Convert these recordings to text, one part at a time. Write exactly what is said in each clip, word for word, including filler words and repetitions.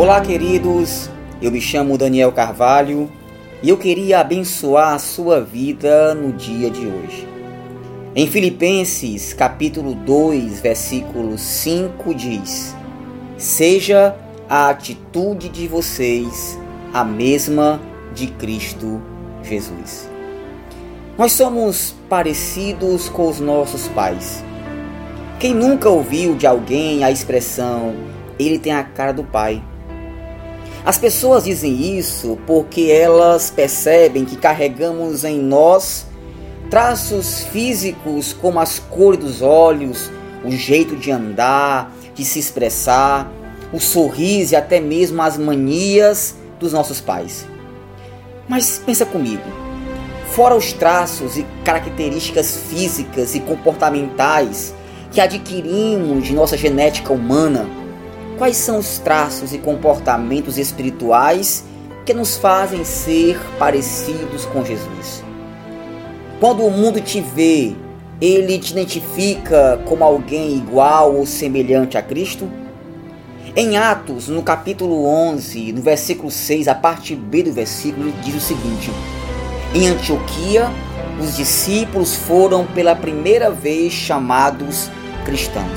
Olá, queridos, eu me chamo Daniel Carvalho e eu queria abençoar a sua vida no dia de hoje. Em Filipenses, capítulo dois, versículo cinco diz: seja a atitude de vocês a mesma de Cristo Jesus. Nós somos parecidos com os nossos pais. Quem nunca ouviu de alguém a expressão, ele tem a cara do pai? As pessoas dizem isso porque elas percebem que carregamos em nós traços físicos como as cores dos olhos, o jeito de andar, de se expressar, o sorriso e até mesmo as manias dos nossos pais. Mas pensa comigo, fora os traços e características físicas e comportamentais que adquirimos de nossa genética humana, quais são os traços e comportamentos espirituais que nos fazem ser parecidos com Jesus? Quando o mundo te vê, ele te identifica como alguém igual ou semelhante a Cristo? Em Atos, no capítulo onze, no versículo seis, a parte B do versículo, diz o seguinte: em Antioquia, os discípulos foram pela primeira vez chamados cristãos.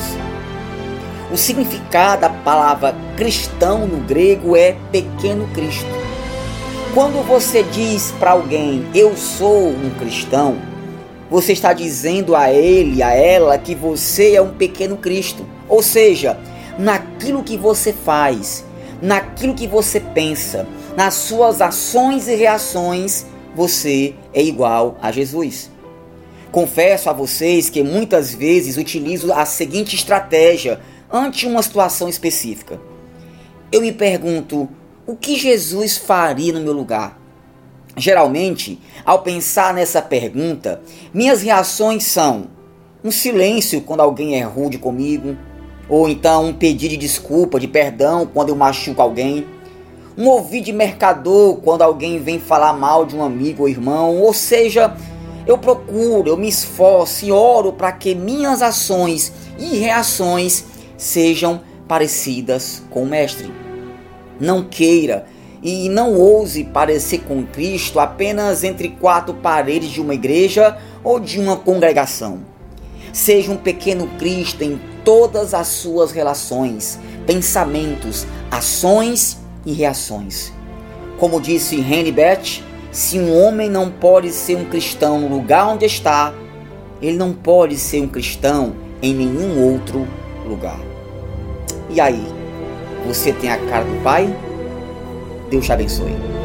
O significado da palavra cristão no grego é pequeno Cristo. Quando você diz para alguém, eu sou um cristão, você está dizendo a ele, a ela, que você é um pequeno Cristo. Ou seja, naquilo que você faz, naquilo que você pensa, nas suas ações e reações, você é igual a Jesus. Confesso a vocês que muitas vezes utilizo a seguinte estratégia ante uma situação específica. Eu me pergunto, o que Jesus faria no meu lugar? Geralmente, ao pensar nessa pergunta, minhas reações são um silêncio quando alguém é rude comigo, ou então um pedido de desculpa, de perdão quando eu machuco alguém, um ouvir de mercador quando alguém vem falar mal de um amigo ou irmão, ou seja, eu procuro, eu me esforço e oro para que minhas ações e reações sejam parecidas com o Mestre. Não queira e não ouse parecer com Cristo apenas entre quatro paredes de uma igreja ou de uma congregação. Seja um pequeno Cristo em todas as suas relações, pensamentos, ações e reações. Como disse Henry Beth, se um homem não pode ser um cristão no lugar onde está, ele não pode ser um cristão em nenhum outro lugar. E aí, você tem a cara do Pai? Deus te abençoe.